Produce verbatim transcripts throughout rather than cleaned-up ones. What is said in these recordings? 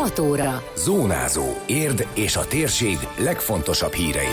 hat óra. Zónázó. Érd és a térség legfontosabb hírei.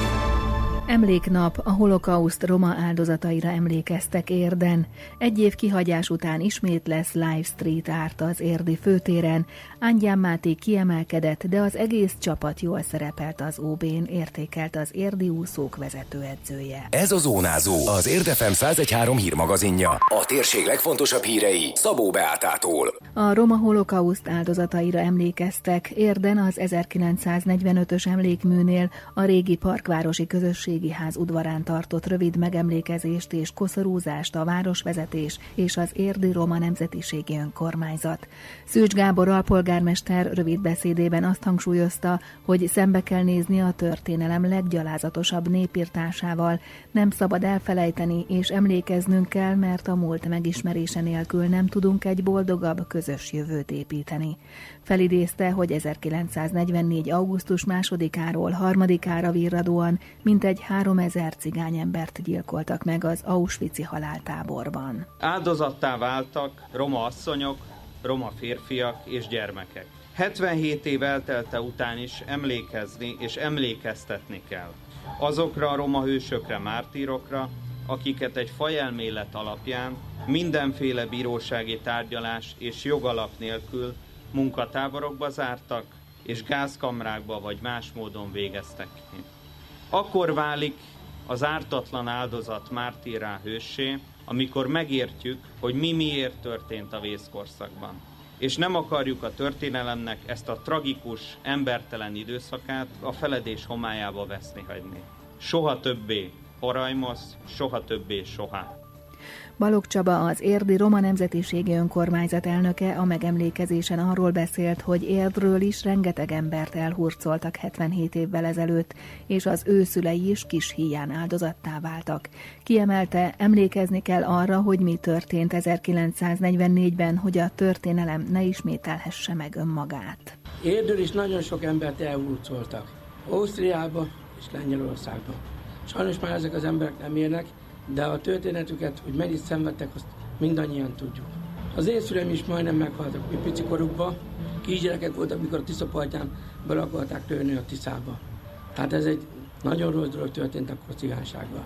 Emléknap, a holokauszt roma áldozataira emlékeztek Érden. Egy év kihagyás után ismét lesz live street art az érdi főtéren. Ángyán Máté kiemelkedett, de az egész csapat jól szerepelt az ó bén, értékelt az érdi úszók vezetőedzője. Ez a Zónázó, az Érd ef em száz egy három hírmagazinja. A térség legfontosabb hírei Szabó Beátától. A roma holokauszt áldozataira emlékeztek Érden az ezerkilencszáznegyvenötös emlékműnél, a régi parkvárosi közösség ház udvarán tartott rövid megemlékezést és koszorúzást a városvezetés és az érdi roma nemzetiségi önkormányzat. Szűcs Gábor alpolgármester rövid beszédében azt hangsúlyozta, hogy szembe kell nézni a történelem leggyalázatosabb népirtásával, nem szabad elfelejteni és emlékeznünk kell, mert a múlt megismerése nélkül nem tudunk egy boldogabb közös jövőt építeni. Felidézte, hogy ezerkilencszáznegyvennégy. augusztus másodikáról harmadikára virradóan mintegy háromezer cigányembert gyilkoltak meg az auschwitzi haláltáborban. Áldozattá váltak roma asszonyok, roma férfiak és gyermekek. hetvenhét év eltelte után is emlékezni és emlékeztetni kell azokra a roma hősökre, mártírokra, akiket egy fajelmélet alapján mindenféle bírósági tárgyalás és jogalap nélkül munkatáborokba zártak, és gázkamrákba vagy más módon végeztek ki. Akkor válik az ártatlan áldozat mártírrá hőssé, amikor megértjük, hogy mi miért történt a vészkorszakban. És nem akarjuk a történelemnek ezt a tragikus, embertelen időszakát a feledés homályába veszni hagyni. Soha többé Horajmosz, soha többé soha. Balogh Csaba, az érdi roma nemzetiségi önkormányzat elnöke a megemlékezésen arról beszélt, hogy Érdről is rengeteg embert elhurcoltak hetvenhét évvel ezelőtt, és az ő szülei is kis híján áldozattá váltak. Kiemelte, emlékezni kell arra, hogy mi történt ezerkilencszáznegyvennégyben, hogy a történelem ne ismételhesse meg önmagát. Érdről is nagyon sok embert elhurcoltak. Ausztriába és Lengyelországba. Sajnos már ezek az emberek nem élnek, de a történetüket, hogy mennyit szenvedtek, azt mindannyian tudjuk. Az én szüleim is majdnem meghaltak pici korukba, kisgyerekek voltak, mikor a Tisza partján bele akarták törni a Tiszába. Tehát ez egy nagyon rossz dolog történt akkor a cigányságban.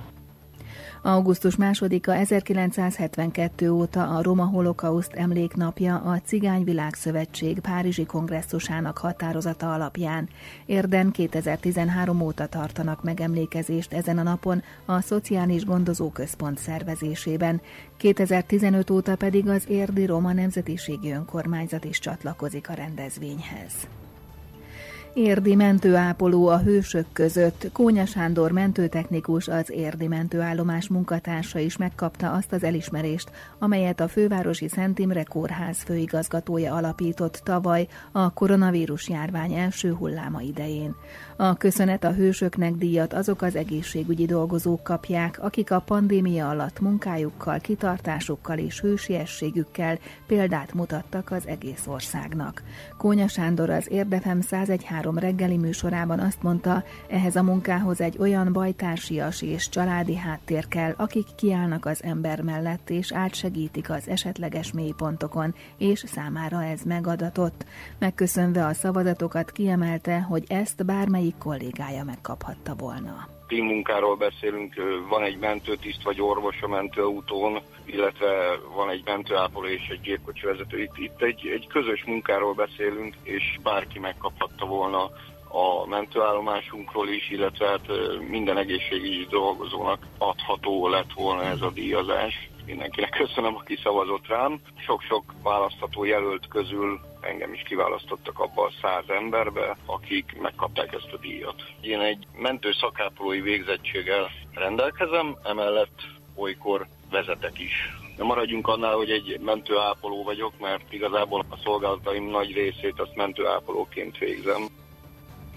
augusztus másodika ezerkilencszázhetvenkettő óta a Roma Holokauszt emléknapja a Cigányvilágszövetség párizsi kongresszusának határozata alapján. Érden kétezer-tizenhárom óta tartanak megemlékezést ezen a napon a Szociális Gondozóközpont szervezésében. kétezer-tizenöt óta pedig az érdi roma nemzetiségi önkormányzat is csatlakozik a rendezvényhez. Érdi mentőápoló a hősök között. Kónya Sándor mentőtechnikus, az érdi mentőállomás munkatársa is megkapta azt az elismerést, amelyet a fővárosi Szent Imre Kórház főigazgatója alapított tavaly a koronavírus járvány első hulláma idején. A köszönet a hősöknek díjat azok az egészségügyi dolgozók kapják, akik a pandémia alatt munkájukkal, kitartásukkal és hősiességükkel példát mutattak az egész országnak. Kónya Sándor az Érd ef em száz egy három reggeli műsorában azt mondta, ehhez a munkához egy olyan bajtársias és családi háttér kell, akik kiállnak az ember mellett és átsegítik az esetleges mélypontokon, és számára ez megadatott. Megköszönve a szavazatokat kiemelte, hogy ezt bármelyik kollégája megkaphatta volna. Team munkáról beszélünk, van egy mentőtiszt vagy orvos a mentőautón, illetve van egy mentőápoló és egy gépkocsi vezető. Itt, itt egy, egy közös munkáról beszélünk, és bárki megkaphatta volna a mentőállomásunkról is, illetve hát minden egészségügyi dolgozónak adható lett volna ez a díjazás. Mindenkinek köszönöm, aki szavazott rám. Sok-sok választható jelölt közül engem is kiválasztottak abba a száz emberbe, akik megkapták ezt a díjat. Én egy mentő szakápolói végzettséggel rendelkezem, emellett olykor vezetek is. De maradjunk annál, hogy egy mentőápoló vagyok, mert igazából a szolgálataim nagy részét azt mentőápolóként végzem.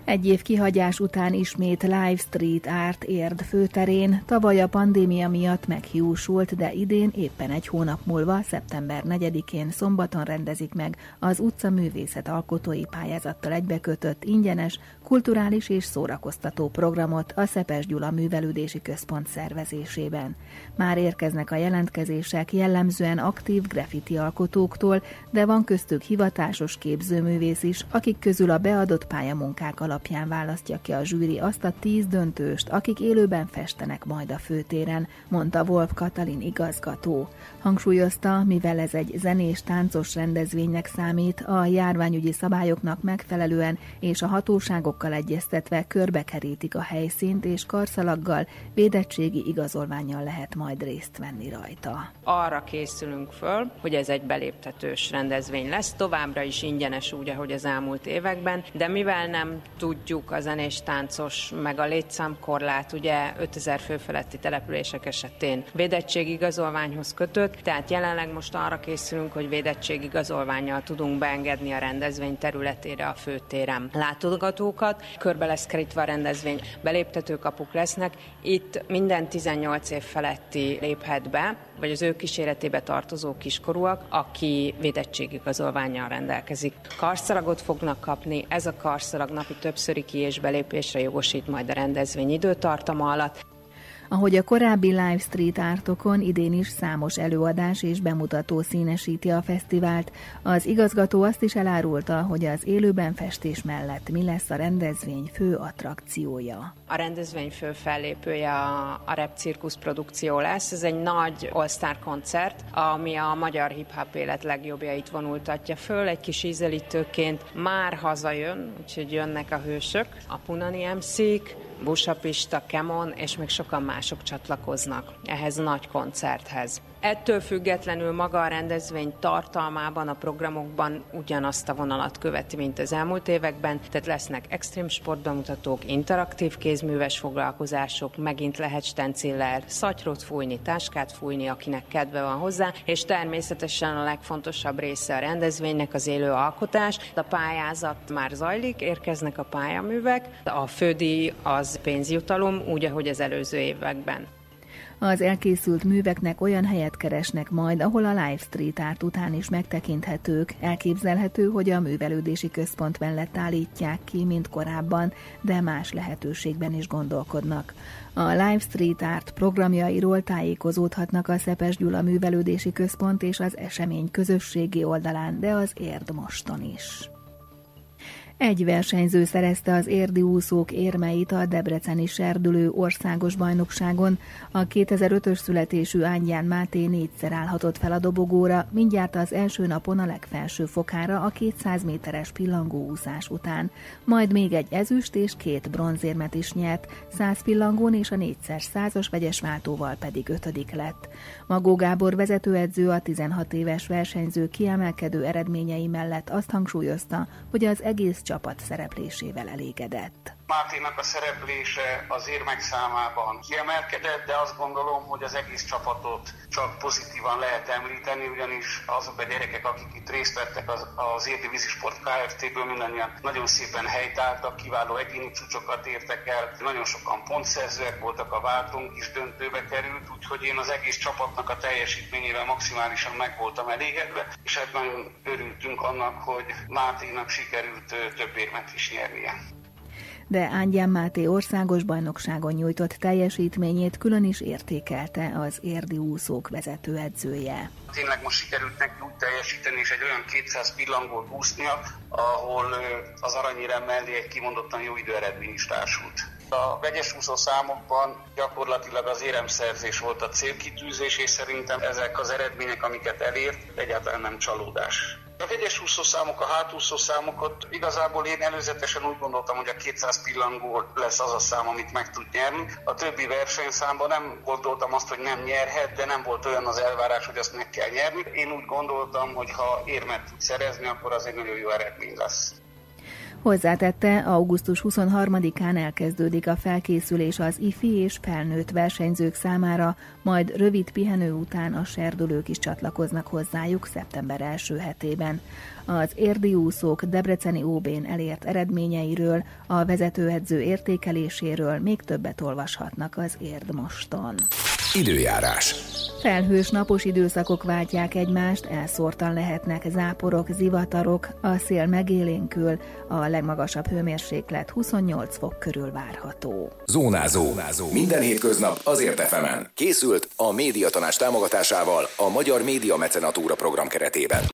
Egy év kihagyás után ismét Live Street Art Érd főterén, tavaly a pandémia miatt meghiúsult, de idén éppen egy hónap múlva, szeptember negyedikén szombaton rendezik meg az utcaművészet alkotói pályázattal egybekötött ingyenes, kulturális és szórakoztató programot a Szepes Gyula Művelődési Központ szervezésében. Már érkeznek a jelentkezések jellemzően aktív graffiti alkotóktól, de van köztük hivatásos képzőművész is, akik közül a beadott pályamunkák alapján választja ki a zsűri azt a tíz döntőst, akik élőben festenek majd a főtéren, mondta Wolf Katalin igazgató. Hangsúlyozta, mivel ez egy zenés táncos rendezvénynek számít, a járványügyi szabályoknak megfelelően és a hatóságokkal egyeztetve körbekerítik a helyszínt, és karszalaggal, védettségi igazolvánnyal lehet majd részt venni rajta. Arra készülünk föl, hogy ez egy beléptetős rendezvény lesz, továbbra is ingyenes úgy, ahogy az elmúlt években, de mivel nem tudjuk a zenés táncos meg a létszámkorlát, ugye ötezer fő feletti települések esetén védettségigazolványhoz kötött, tehát jelenleg most arra készülünk, hogy védettségigazolvánnyal tudunk beengedni a rendezvény területére a főtéren látogatókat. Körbe lesz kerítve a rendezvény, beléptetőkapuk lesznek, itt minden tizennyolc év feletti léphet be, vagy az ő kíséretébe tartozó kiskorúak, aki védettségigazolvánnyal rendelkezik. Karszalagot fognak kapni, ez a karszalag napi többszöri ki- és belépésre jogosít majd a rendezvény időtartama alatt. Ahogy a korábbi Live Street Artokon, idén is számos előadás és bemutató színesíti a fesztivált. Az igazgató azt is elárulta, hogy az élőben festés mellett mi lesz a rendezvény fő attrakciója. A rendezvény fő fellépője a, a Rap Cirkusz produkció lesz. Ez egy nagy all-star koncert, ami a magyar hip-hop élet legjobbjait vonultatja föl. Egy kis ízelítőként már hazajön, úgyhogy jönnek a hősök, a Punani em cé-k, Busa Pista, Kemon, és még sokan mások csatlakoznak ehhez a nagy koncerthez. Ettől függetlenül maga a rendezvény tartalmában, a programokban ugyanazt a vonalat követi, mint az elmúlt években, tehát lesznek extrém sportbemutatók, interaktív kézműves foglalkozások, megint lehet stencillel szatyrot fújni, táskát fújni, akinek kedve van hozzá, és természetesen a legfontosabb része a rendezvénynek az élő alkotás. A pályázat már zajlik, érkeznek a pályaművek, a fődíj az pénzjutalom, úgy, ahogy az előző években. Az elkészült műveknek olyan helyet keresnek majd, ahol a Live Street Art után is megtekinthetők. Elképzelhető, hogy a művelődési központ mellett állítják ki, mint korábban, de más lehetőségben is gondolkodnak. A Live Street Art programjairól tájékozódhatnak a Szepes Gyula Művelődési Központ és az esemény közösségi oldalán, de az Érd Moston is. Egy versenyző szerezte az érdi úszók érmeit a debreceni serdülő országos bajnokságon. A kétezer-ötös születésű Ángyán Máté négyszer állhatott fel a dobogóra, mindjárt az első napon a legfelső fokára a kétszáz méteres pillangóúszás után. Majd még egy ezüst és két bronzérmet is nyert, száz pillangón és a négyszer százas vegyes váltóval pedig ötödik lett. Magó Gábor vezetőedző a tizenhat éves versenyző kiemelkedő eredményei mellett azt hangsúlyozta, hogy az egész csapat szereplésével elégedett. Máténak a szereplése az érmek számában kiemelkedett, de azt gondolom, hogy az egész csapatot csak pozitívan lehet említeni, ugyanis azok a gyerekek, akik itt részt vettek az, az Érdi Vízisport Kft-ből, mindannyian nagyon szépen helytáltak, kiváló egyéni csúcsokat értek el, nagyon sokan pontszerzőek voltak, a váltónk is döntőbe került, úgyhogy én az egész csapatnak a teljesítményével maximálisan meg voltam elégedve, és hát nagyon örültünk annak, hogy Máténak sikerült több érmet is nyernie. De Ángyán Máté országos bajnokságon nyújtott teljesítményét külön is értékelte az érdi úszók vezetőedzője. Tényleg most sikerült neki úgy teljesíteni, és egy olyan kétszáz pillangót úsznia, ahol az aranyérem mellé egy kimondottan jó időeredmény is társult. A vegyes úszó számokban gyakorlatilag az éremszerzés volt a célkitűzés, és szerintem ezek az eredmények, amiket elért, egyáltalán nem csalódás. A vegyes úszószámok, a hátúszó számokat igazából én előzetesen úgy gondoltam, hogy a kétszáz pillangó lesz az a szám, amit meg tud nyerni. A többi versenyszámban nem gondoltam azt, hogy nem nyerhet, de nem volt olyan az elvárás, hogy azt meg kell nyerni. Én úgy gondoltam, hogy ha érmet tud szerezni, akkor az egy nagyon jó eredmény lesz. Hozzátette, augusztus huszonharmadikán elkezdődik a felkészülés az ifi és felnőtt versenyzők számára, majd rövid pihenő után a serdülők is csatlakoznak hozzájuk szeptember első hetében. Az érdi úszók debreceni ó bén elért eredményeiről, a vezetőedző értékeléséről még többet olvashatnak az Érdmoston. Időjárás. Felhős napos időszakok váltják egymást, elszórtan lehetnek záporok, zivatarok, a szél megélénkül, a legmagasabb hőmérséklet huszonnyolc fok körül várható. Zónázó. Minden hétköznap azért ef emen. Készült a Médiatanács támogatásával a Magyar Média Mecenatúra program keretében.